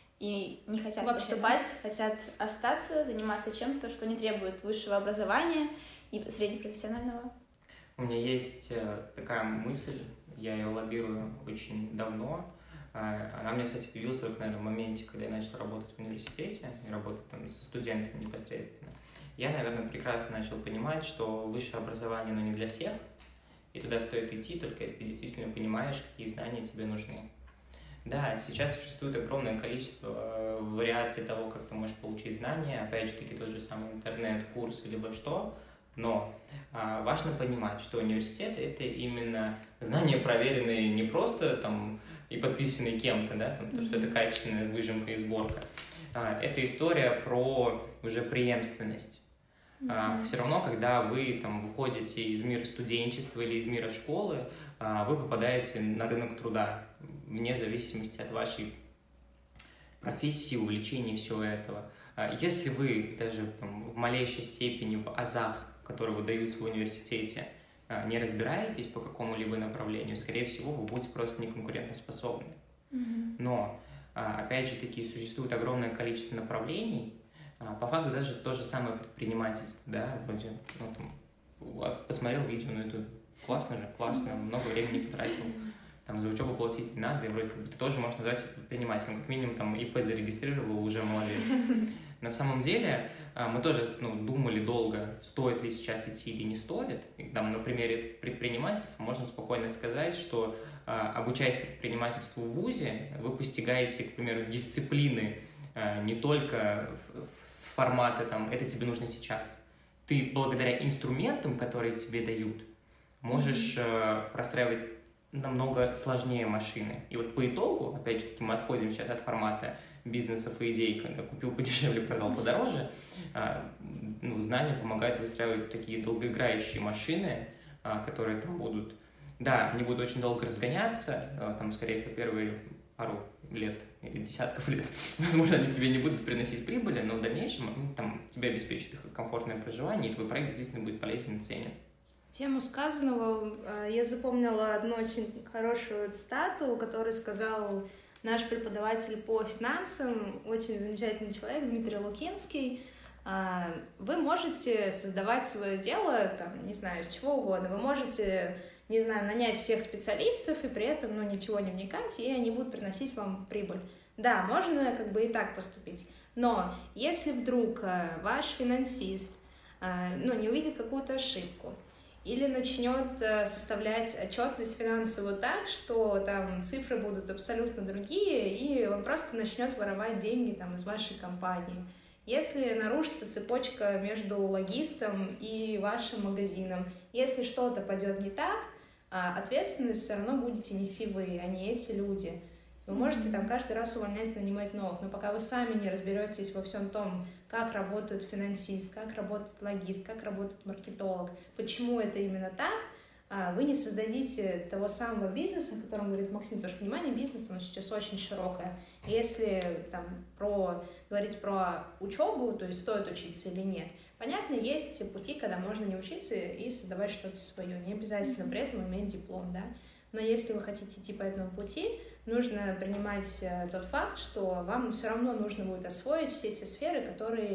и не хотят поступать, хотят остаться, заниматься чем-то, что не требует высшего образования и среднепрофессионального? У меня есть такая мысль, я ее лоббирую очень давно. Она мне, кстати, появилась только, наверное, в моменте, когда я начал работать в университете и работать там со студентами непосредственно. Я, наверное, прекрасно начал понимать, что высшее образование, оно не для всех, и туда стоит идти, только если ты действительно понимаешь, какие знания тебе нужны. Да, сейчас существует огромное количество вариаций того, как ты можешь получить знания, опять же таки тот же самый интернет, курсы, либо что, но важно понимать, что университет — это именно знания, проверенные не просто там и подписанные кем-то, да, там, потому что это качественная выжимка и сборка. Это история про уже преемственность. Все равно, когда вы там выходите из мира студенчества или из мира школы, вы попадаете на рынок труда, вне зависимости от вашей профессии, увлечений и всего этого. Если вы даже там, в малейшей степени в азах, которые выдаются в университете, не разбираетесь по какому-либо направлению, скорее всего, вы будете просто неконкурентоспособны. Но, опять же таки, существует огромное количество направлений. По факту даже то же самое предпринимательство, да, вроде, ну, там, посмотрел видео на YouTube, классно же, классно, много времени потратил, там, за учебу платить не надо, и вроде как бы ты тоже можешь назвать себя предпринимателем, как минимум, там, ИП зарегистрировал, уже молодец. На самом деле, мы тоже, думали долго, стоит ли сейчас идти или не стоит. И, там, на примере предпринимательства можно спокойно сказать, что, обучаясь предпринимательству в ВУЗе, вы постигаете, к примеру, дисциплины не только с формата там «это тебе нужно сейчас». Ты благодаря инструментам, которые тебе дают, можешь простраивать намного сложнее машины. И вот по итогу, опять же таки, мы отходим сейчас от формата бизнесов и идей, когда купил подешевле, продал подороже. Знания помогают выстраивать такие долгоиграющие машины, которые там будут... Да, они будут очень долго разгоняться, там, скорее всего, первые пару лет или десятков лет, возможно, они тебе не будут приносить прибыли, но в дальнейшем они там тебе обеспечат их комфортное проживание, и твой проект действительно будет полезен и ценен. Тему сказанного я запомнила одну очень хорошую цитату, которую сказал наш преподаватель по финансам, очень замечательный человек Дмитрий Лукинский. Вы можете создавать свое дело, там, не знаю, с чего угодно, вы можете, не знаю, нанять всех специалистов и при этом, ничего не вникать, и они будут приносить вам прибыль. Да, можно как бы и так поступить, но если вдруг ваш финансист, не увидит какую-то ошибку или начнет составлять отчетность финансовую так, что там цифры будут абсолютно другие, и он просто начнет воровать деньги там из вашей компании. Если нарушится цепочка между логистом и вашим магазином, если что-то пойдет не так, ответственность все равно будете нести вы, а не эти люди. Вы можете там каждый раз увольнять, нанимать новых, но пока вы сами не разберетесь во всем том, как работает финансист, как работает логист, как работает маркетолог, почему это именно так, вы не создадите того самого бизнеса, о котором говорит Максим, потому что понимание бизнеса, оно сейчас очень широкое. И если там говорить про учебу, то есть стоит учиться или нет, понятно, есть пути, когда можно не учиться и создавать что-то свое, не обязательно при этом иметь диплом, да. Но если вы хотите идти по этому пути, нужно принимать тот факт, что вам все равно нужно будет освоить все те сферы, которые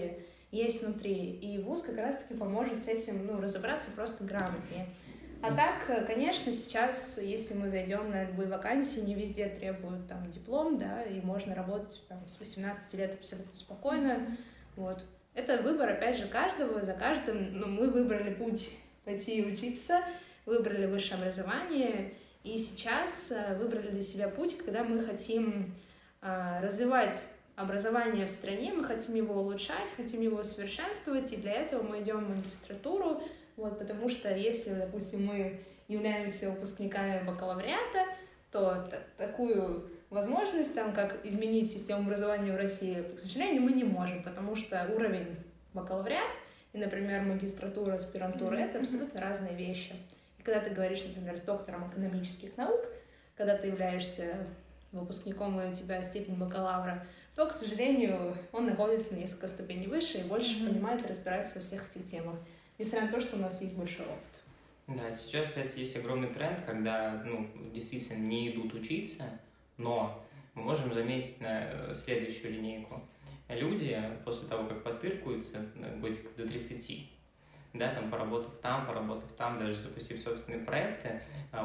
есть внутри. И вуз как раз-таки поможет с этим, разобраться просто грамотнее. А так, конечно, сейчас, если мы зайдем на любые вакансии, не везде требуют там диплом, да, и можно работать там с 18 лет абсолютно спокойно, вот. Это выбор, опять же, каждого, за каждым, но мы выбрали путь пойти учиться, выбрали высшее образование, и сейчас выбрали для себя путь, когда мы хотим развивать образование в стране, мы хотим его улучшать, хотим его совершенствовать, и для этого мы идем в магистратуру, вот, потому что если, допустим, мы являемся выпускниками бакалавриата, то такую возможность, там, как изменить систему образования в России, к сожалению, мы не можем, потому что уровень бакалавриат и, например, магистратура, аспирантура — это абсолютно разные вещи. И когда ты говоришь, например, с доктором экономических наук, когда ты являешься выпускником и у тебя степень бакалавра, то, к сожалению, он находится на несколько ступеней выше и больше понимает и разбирается во всех этих темах, несмотря на то, что у нас есть большой опыт. Да, сейчас, кстати, есть огромный тренд, когда, действительно не идут учиться, но мы можем заметить на следующую линейку. Люди после того, как потыркаются годик до 30, да, там, поработав там, даже запустив собственные проекты,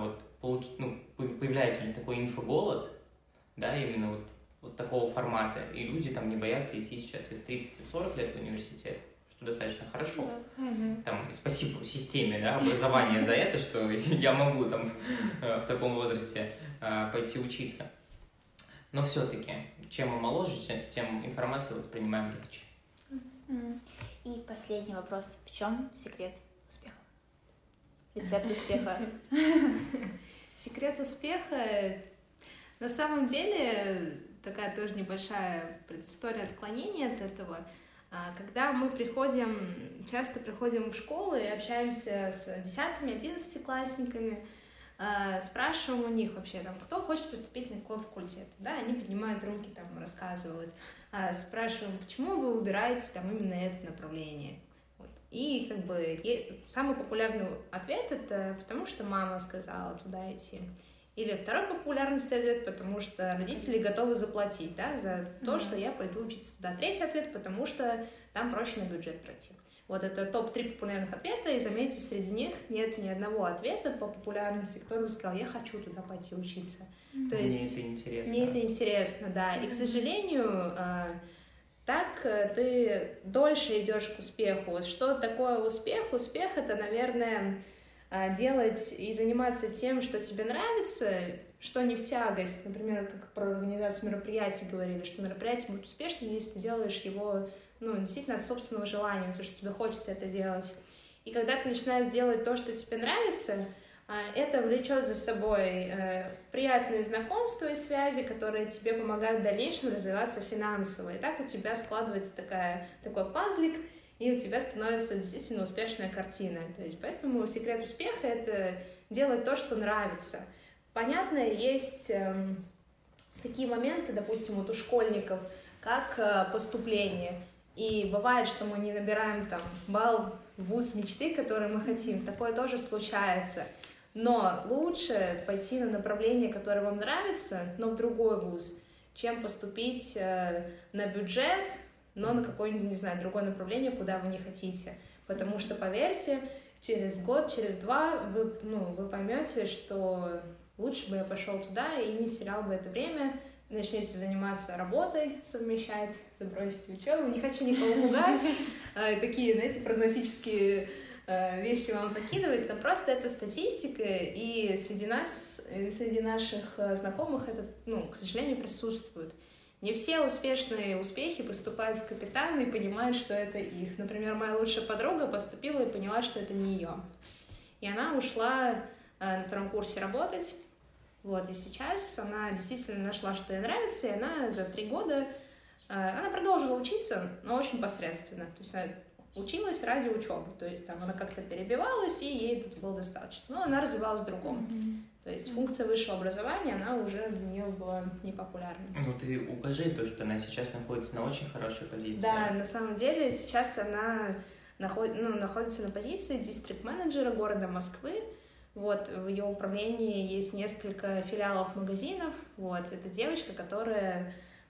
появляется у них такой инфоголод, да, именно вот такого формата, и люди там не боятся идти сейчас из 30-40 лет в университет, что достаточно хорошо. Там, спасибо системе, да, образования за это, что я могу там в таком возрасте пойти учиться. Но все-таки, чем мы моложе, тем информацию воспринимаем легче. И последний вопрос. В чем секрет успеха? Рецепт успеха? Секрет успеха, на самом деле, такая тоже небольшая предыстория отклонения от этого. Когда мы часто приходим в школу и общаемся с 10-ми, 11-классниками, спрашиваем у них вообще, там, кто хочет поступить на какой факультет. Да, они поднимают руки, там, рассказывают. Спрашиваем, почему вы выбираете там именно это направление. Вот. И как бы самый популярный ответ — это потому что мама сказала туда идти. Или второй популярный ответ, потому что родители готовы заплатить, да, за то, что я пойду учиться туда. Третий ответ, потому что там проще на бюджет пройти. Вот это топ-3 популярных ответа, и заметьте, среди них нет ни одного ответа по популярности, который бы сказал, я хочу туда пойти учиться. То есть, мне это интересно. Мне это интересно, да. И, к сожалению, так ты дольше идешь к успеху. Вот что такое успех? Успех — это, наверное, делать и заниматься тем, что тебе нравится, что не в тягость. Например, как про организацию мероприятий говорили, что мероприятие будет успешным, если ты делаешь его действительно от собственного желания, потому что тебе хочется это делать. И когда ты начинаешь делать то, что тебе нравится, это влечет за собой приятные знакомства и связи, которые тебе помогают в дальнейшем развиваться финансово. И так у тебя складывается такой пазлик, и у тебя становится действительно успешная картина. То есть поэтому секрет успеха — это делать то, что нравится. Понятно, есть такие моменты, допустим, вот у школьников, как поступление. И бывает, что мы не набираем там балл в вуз мечты, который мы хотим. Такое тоже случается. Но лучше пойти на направление, которое вам нравится, но в другой вуз, чем поступить на бюджет, но на какое-нибудь, не знаю, другое направление, куда вы не хотите. Потому что, поверьте, через год, через два вы поймете, что лучше бы я пошел туда и не терял бы это время, начнете заниматься работой, совмещать, забросите учебу. Не хочу никого пугать, такие, знаете, прогнозические вещи вам закидывать, но просто это статистика, и среди наших знакомых это, к сожалению, присутствует. Не все успешные успехи поступают в капитаны и понимают, что это их. Например, моя лучшая подруга поступила и поняла, что это не ее. И она ушла на втором курсе работать. Вот, и сейчас она действительно нашла, что ей нравится, и она за 3 года она продолжила учиться, но очень посредственно. То есть она училась ради учебы, то есть там она как-то перебивалась, и ей это было достаточно. Но она развивалась в другом. То есть функция высшего образования, она уже для нее была непопулярна. Ты укажи то, что она сейчас находится на очень хорошей позиции. Да, на самом деле сейчас она находится на позиции дистрикт-менеджера города Москвы. Вот, в ее управлении есть несколько филиалов магазинов. Вот, это девочка, которая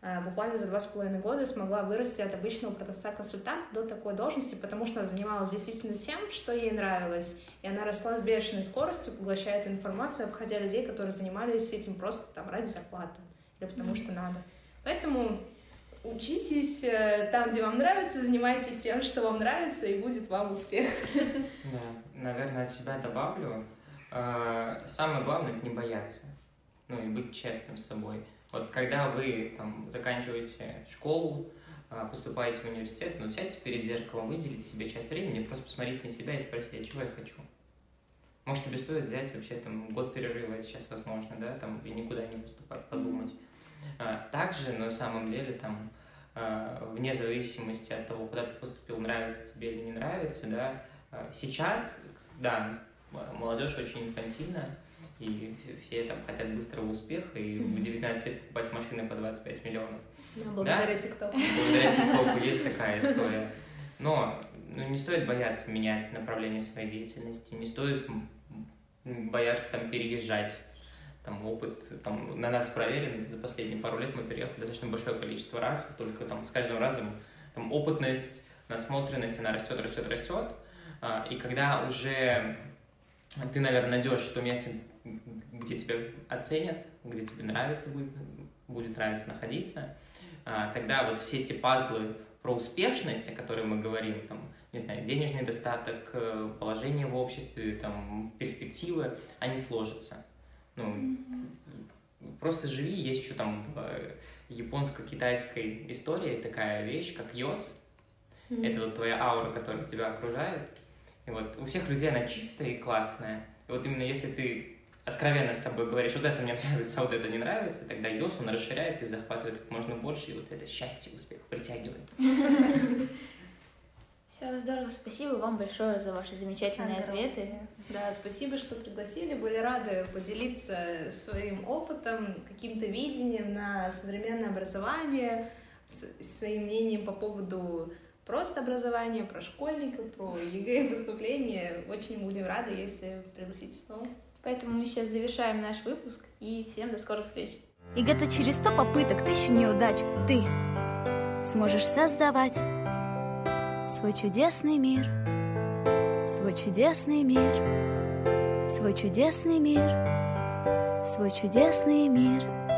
буквально за 2,5 года смогла вырасти от обычного продавца-консультанта до такой должности, потому что она занималась действительно тем, что ей нравилось. И она росла с бешеной скоростью, поглощая эту информацию, обходя людей, которые занимались этим просто там ради зарплаты или потому что надо. Поэтому учитесь там, где вам нравится, занимайтесь тем, что вам нравится, и будет вам успех. Да, наверное, от себя добавлю. Самое главное — это не бояться, ну и быть честным с собой. Вот когда вы там заканчиваете школу, поступаете в университет, ну сядьте перед зеркалом, выделите себе часть времени, просто посмотрите на себя и спросите, чего я хочу. Может, тебе стоит взять вообще там год перерыва, это сейчас возможно, да, там, и никуда не поступать, подумать. Также, на самом деле, там, вне зависимости от того, куда ты поступил, нравится тебе или не нравится, да, сейчас, да, молодежь очень инфантильная, и все там хотят быстрого успеха, и в 19 лет покупать машины по 25 миллионов. Да, благодаря ТикТоку. Благодаря ТикТоку есть такая история. Но не стоит бояться менять направление своей деятельности, не стоит бояться там переезжать. Там опыт, там, на нас проверен, за последние пару лет мы переехали достаточно большое количество раз, только там с каждым разом там опытность, насмотренность, она растет. И когда уже ты, наверное, найдешь то место, где тебя оценят, где тебе нравится будет нравиться находиться, тогда вот все эти пазлы про успешность, о которой мы говорим, там, не знаю, денежный достаток, положение в обществе, там, перспективы, они сложатся. Ну, просто живи, есть еще там в японско-китайской истории такая вещь, как йос. Это вот твоя аура, которая тебя окружает. И вот у всех людей она чистая и классная. И вот именно если ты откровенно с собой говоришь, вот это мне нравится, а вот это не нравится, тогда йос, он расширяется и захватывает как можно больше, и вот это счастье, успех притягивает. Все, здорово. Спасибо вам большое за ваши замечательные ответы. Да, спасибо, что пригласили. Были рады поделиться своим опытом, каким-то видением на современное образование, своим мнением по поводу просто образования, про школьников, про ЕГЭ и поступление. Очень будем рады, если пригласите снова. Поэтому мы сейчас завершаем наш выпуск, и всем до скорых встреч. И где-то через 100 попыток, 1000 неудач ты сможешь создавать свой чудесный мир, свой чудесный мир, свой чудесный мир, свой чудесный мир.